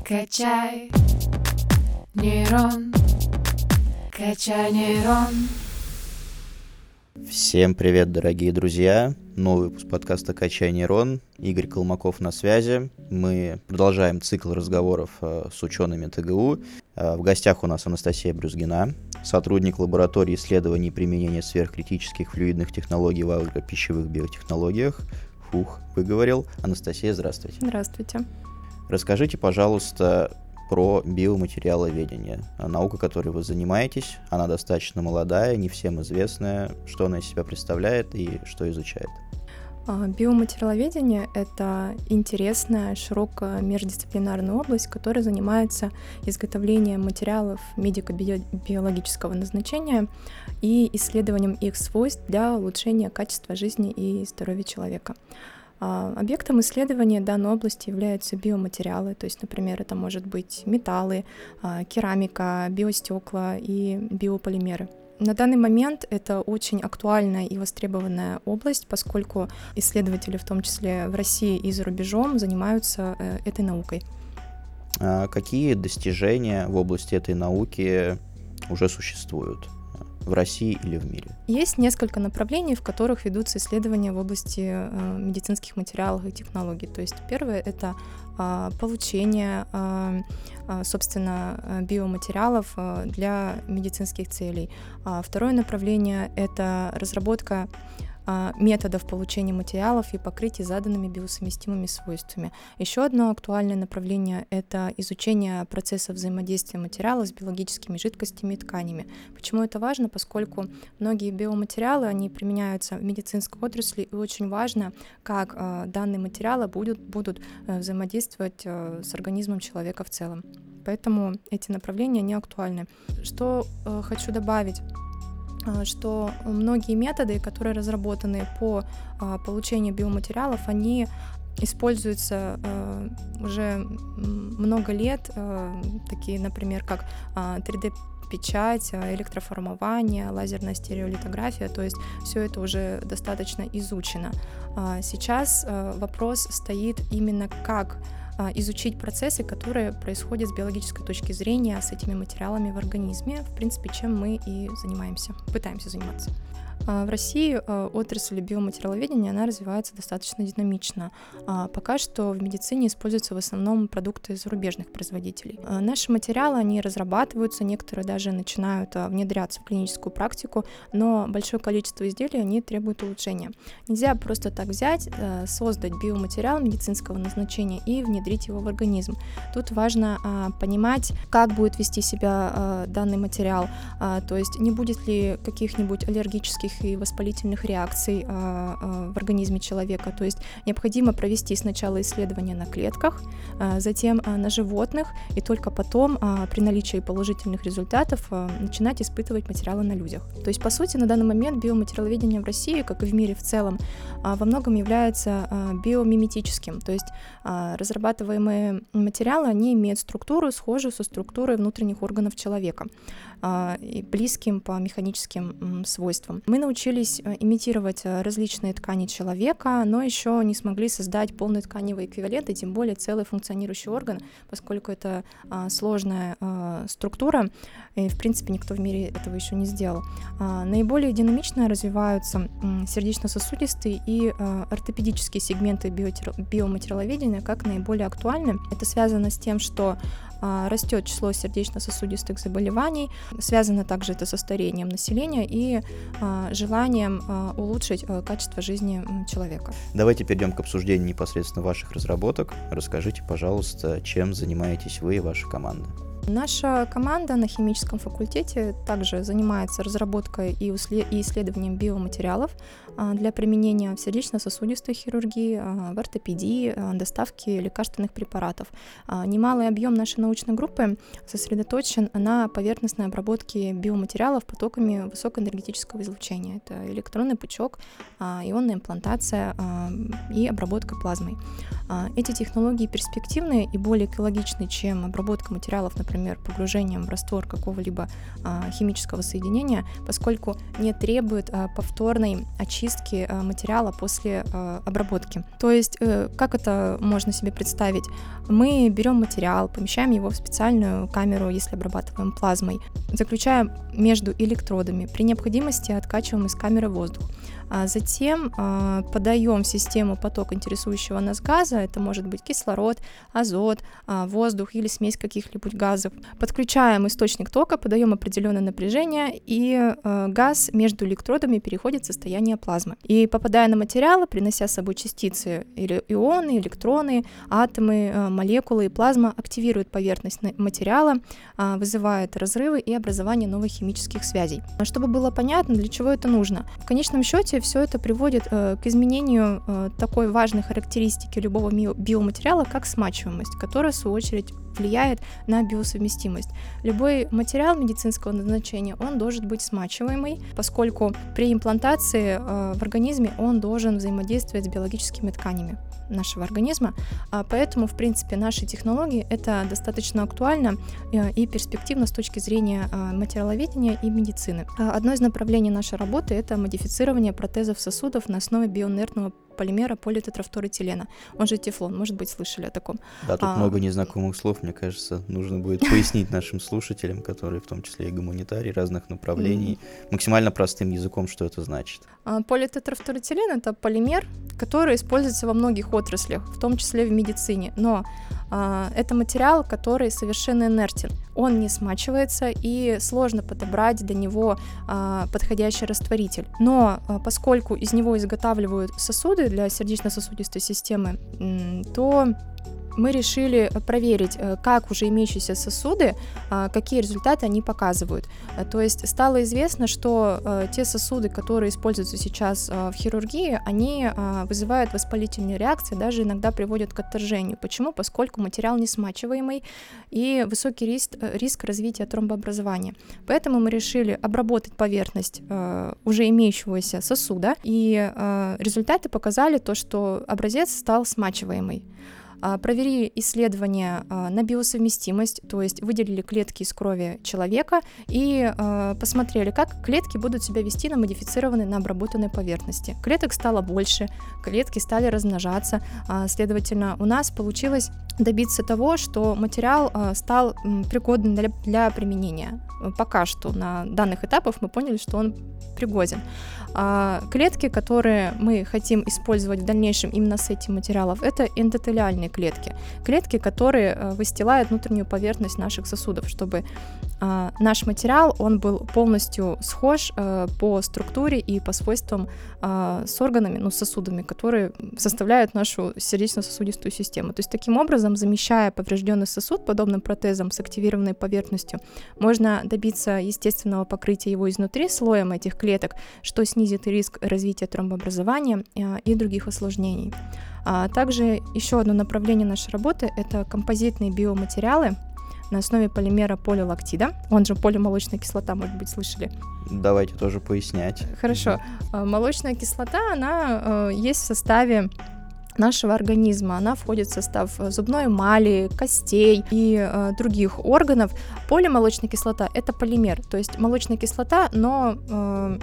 Качай нейрон, качай нейрон. Всем привет, дорогие друзья! Новый выпуск подкаста «Качай нейрон». Игорь Колмаков на связи. Мы продолжаем цикл разговоров с учеными ТГУ. В гостях у нас Анастасия Брюзгина, сотрудник лаборатории исследований и применения сверхкритических флюидных технологий в агропищевых биотехнологиях. Выговорил. Анастасия, здравствуйте. Здравствуйте. Расскажите, пожалуйста, про биоматериаловедение. Наука, которой вы занимаетесь, она достаточно молодая, не всем известная. Что она из себя представляет и что изучает? Биоматериаловедение — это интересная, широкая междисциплинарная область, которая занимается изготовлением материалов медико-биологического назначения и исследованием их свойств для улучшения качества жизни и здоровья человека. Объектом исследования данной области являются биоматериалы, то есть, например, это может быть металлы, керамика, биостекла и биополимеры. На данный момент это очень актуальная и востребованная область, поскольку исследователи, в том числе в России и за рубежом, занимаются этой наукой. Какие достижения в области этой науки уже существуют в России или в мире? Есть несколько направлений, в которых ведутся исследования в области медицинских материалов и технологий. То есть первое — это получение, собственно, биоматериалов для медицинских целей. Второе направление — это разработка методов получения материалов и покрытия заданными биосовместимыми свойствами. Еще одно актуальное направление — это изучение процесса взаимодействия материала с биологическими жидкостями и тканями. Почему это важно? Поскольку многие биоматериалы, они применяются в медицинской отрасли, и очень важно, как данные материалы будут взаимодействовать с организмом человека в целом. Поэтому эти направления, они актуальны. Что хочу добавить? Что многие методы, которые разработаны по получению биоматериалов, они используются уже много лет, такие, например, как 3D-печать, электроформование, лазерная стереолитография, то есть все это уже достаточно изучено. Сейчас вопрос стоит именно как изучить процессы, которые происходят с биологической точки зрения с этими материалами в организме, в принципе, чем мы и пытаемся заниматься. В России отрасль биоматериаловедения, она развивается достаточно динамично. Пока что в медицине используются в основном продукты зарубежных производителей. Наши материалы, они разрабатываются, некоторые даже начинают внедряться в клиническую практику, но большое количество изделий, они требуют улучшения. Нельзя просто так взять, создать биоматериал медицинского назначения и внедрить его в организм. Тут важно понимать, как будет вести себя данный материал, то есть не будет ли каких-нибудь аллергических и воспалительных реакций в организме человека. То есть необходимо провести сначала исследования на клетках, затем на животных, и только потом при наличии положительных результатов начинать испытывать материалы на людях. То есть, по сути, на данный момент биоматериаловедение в России, как и в мире в целом, во многом является биомиметическим. То есть разрабатываемые материалы, они имеют структуру, схожую со структурой внутренних органов человека и близким по механическим свойствам. Мы научились имитировать различные ткани человека, но еще не смогли создать полный тканевый эквивалент, и тем более целый функционирующий орган, поскольку это сложная структура, и, в принципе, никто в мире этого еще не сделал. Наиболее динамично развиваются сердечно-сосудистые и ортопедические сегменты биоматериаловедения как наиболее актуальны. Это связано с тем, что растет число сердечно-сосудистых заболеваний, связано также это со старением населения и желанием улучшить качество жизни человека. Давайте перейдем к обсуждению непосредственно ваших разработок. Расскажите, пожалуйста, чем занимаетесь вы и ваша команда? Наша команда на химическом факультете также занимается разработкой и исследованием биоматериалов для применения в сердечно-сосудистой хирургии, в ортопедии, доставке лекарственных препаратов. Немалый объем нашей научной группы сосредоточен на поверхностной обработке биоматериалов потоками высокоэнергетического излучения. Это электронный пучок, ионная имплантация и обработка плазмой. Эти технологии перспективны и более экологичны, чем обработка материалов, например, например, погружением в раствор какого-либо химического соединения, поскольку не требует повторной очистки материала после обработки. То есть, как это можно себе представить? Мы берем материал, помещаем его в специальную камеру, если обрабатываем плазмой, заключаем между электродами, при необходимости откачиваем из камеры воздух. Затем подаем в систему поток интересующего нас газа, это может быть кислород, азот, воздух или смесь каких-либо газов. Подключаем источник тока, подаем определенное напряжение, и газ между электродами переходит в состояние плазмы. И попадая на материалы, принося с собой частицы или ионы, электроны, атомы, молекулы и плазма, активирует поверхность материала, вызывает разрывы и образование новых химических связей. Чтобы было понятно, для чего это нужно. В конечном счете все это приводит к изменению такой важной характеристики любого биоматериала, как смачиваемость, которая, в свою очередь, влияет на биосовместимость. Любой материал медицинского назначения, он должен быть смачиваемый, поскольку при имплантации в организме он должен взаимодействовать с биологическими тканями нашего организма, поэтому, в принципе, наши технологии это достаточно актуально и перспективно с точки зрения материаловедения и медицины. Одно из направлений нашей работы — это модифицирование протезов сосудов на основе биоинертного полимера политетрафторэтилена, он же тефлон, может быть, слышали о таком. Да, тут много незнакомых слов, мне кажется, нужно будет пояснить нашим слушателям, которые в том числе и гуманитарии разных направлений, максимально простым языком, что это значит. Политетрафторэтилен — это полимер, который используется во многих отраслях, в том числе в медицине, но это материал, который совершенно инертен. Он не смачивается, и сложно подобрать для него подходящий растворитель. Но поскольку из него изготавливают сосуды для сердечно-сосудистой системы, то мы решили проверить, как уже имеющиеся сосуды, какие результаты они показывают. То есть стало известно, что те сосуды, которые используются сейчас в хирургии, они вызывают воспалительные реакции, даже иногда приводят к отторжению. Почему? Поскольку материал несмачиваемый и высокий риск развития тромбообразования. Поэтому мы решили обработать поверхность уже имеющегося сосуда, и результаты показали то, что образец стал смачиваемый. Провели исследования на биосовместимость, то есть выделили клетки из крови человека и посмотрели, как клетки будут себя вести на модифицированной, на обработанной поверхности. Клеток стало больше, клетки стали размножаться, следовательно, у нас получилось добиться того, что материал стал пригодным для применения. Пока что на данных этапах мы поняли, что он пригоден. Клетки, которые мы хотим использовать в дальнейшем именно с этим материалом, это эндотелиальные клетки. Клетки, которые выстилают внутреннюю поверхность наших сосудов, чтобы наш материал, он был полностью схож по структуре и по свойствам с органами, сосудами, которые составляют нашу сердечно-сосудистую систему. То есть таким образом, замещая поврежденный сосуд подобным протезом с активированной поверхностью, можно добиться естественного покрытия его изнутри слоем этих клеток, что снизит риск развития тромбообразования и других осложнений. Также еще одно направление нашей работы — это композитные биоматериалы на основе полимера полилактида, он же полимолочная кислота, может быть, слышали. Давайте тоже пояснять. Хорошо. Молочная кислота, она есть в составе нашего организма. Она входит в состав зубной эмали, костей и других органов. Полимолочная кислота — это полимер, то есть молочная кислота, но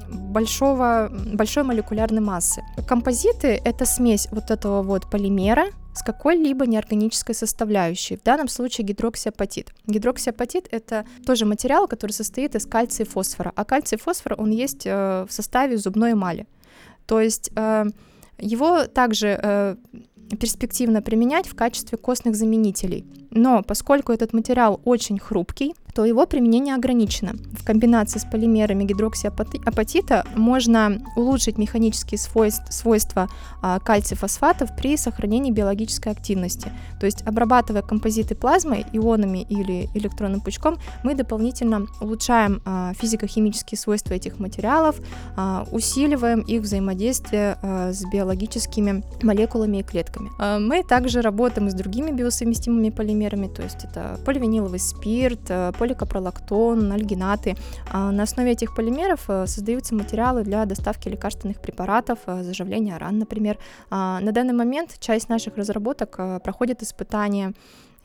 большой молекулярной массы. Композиты — это смесь вот этого вот полимера с какой-либо неорганической составляющей, в данном случае гидроксиапатит. Гидроксиапатит — это тоже материал, который состоит из кальция и фосфора, а кальций и фосфор, он есть в составе зубной эмали. То есть его также перспективно применять в качестве костных заменителей. Но поскольку этот материал очень хрупкий, то его применение ограничено. В комбинации с полимерами гидроксиапатита можно улучшить механические свойства кальций-фосфатов при сохранении биологической активности. То есть, обрабатывая композиты плазмой, ионами или электронным пучком, мы дополнительно улучшаем физико-химические свойства этих материалов, усиливаем их взаимодействие с биологическими молекулами и клетками. Мы также работаем с другими биосовместимыми полимерами, то есть это поливиниловый спирт, поликопролактон, альгинаты. На основе этих полимеров создаются материалы для доставки лекарственных препаратов, заживления ран, например. На данный момент часть наших разработок проходит испытания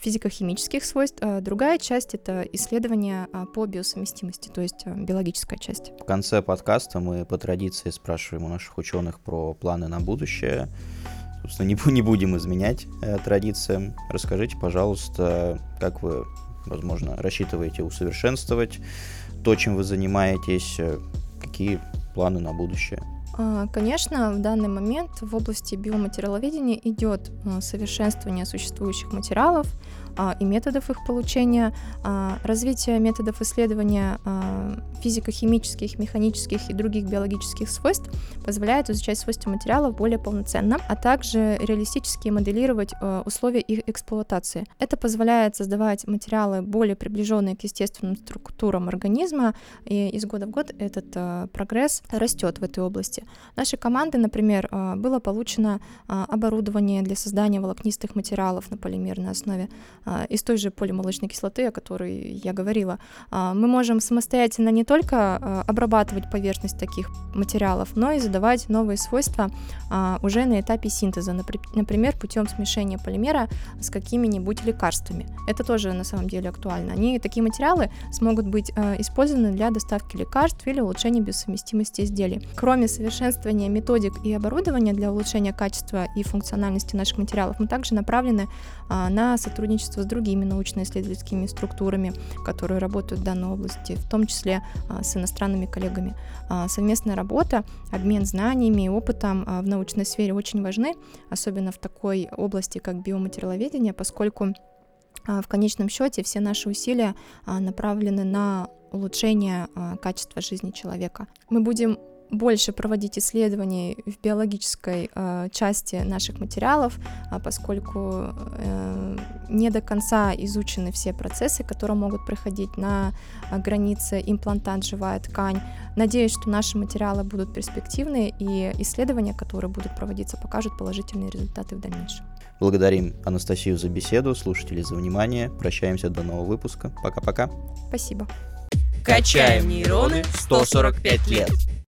физико-химических свойств, другая часть — это исследования по биосовместимости, то есть биологическая часть. В конце подкаста мы по традиции спрашиваем у наших ученых про планы на будущее. Собственно, не будем изменять традициям. Расскажите, пожалуйста, как вы, возможно, рассчитываете усовершенствовать то, чем вы занимаетесь, какие планы на будущее? Конечно, в данный момент в области биоматериаловедения идет совершенствование существующих материалов и методов их получения, развитие методов исследования физико-химических, механических и других биологических свойств позволяет изучать свойства материалов более полноценно, а также реалистически моделировать условия их эксплуатации. Это позволяет создавать материалы более приближенные к естественным структурам организма, и из года в год этот прогресс растет в этой области. Нашей командой, например, было получено оборудование для создания волокнистых материалов на полимерной основе из той же полимолочной кислоты, о которой я говорила. Мы можем самостоятельно не только обрабатывать поверхность таких материалов, но и задавать новые свойства уже на этапе синтеза, например, путем смешения полимера с какими-нибудь лекарствами. Это тоже на самом деле актуально. Такие материалы смогут быть использованы для доставки лекарств или улучшения биосовместимости изделий. Кроме совершенствования методик и оборудования для улучшения качества и функциональности наших материалов, мы также направлены на сотрудничество с другими научно-исследовательскими структурами, которые работают в данной области, в том числе с иностранными коллегами. Совместная работа, обмен знаниями и опытом в научной сфере очень важны, особенно в такой области, как биоматериаловедение, поскольку в конечном счете все наши усилия направлены на улучшение качества жизни человека. Мы будем больше проводить исследований в биологической части наших материалов, поскольку не до конца изучены все процессы, которые могут проходить на границе имплантат, живая ткань. Надеюсь, что наши материалы будут перспективны, и исследования, которые будут проводиться, покажут положительные результаты в дальнейшем. Благодарим Анастасию за беседу, слушателей за внимание. Прощаемся до нового выпуска. Пока-пока. Спасибо. Качаем нейроны 145 лет.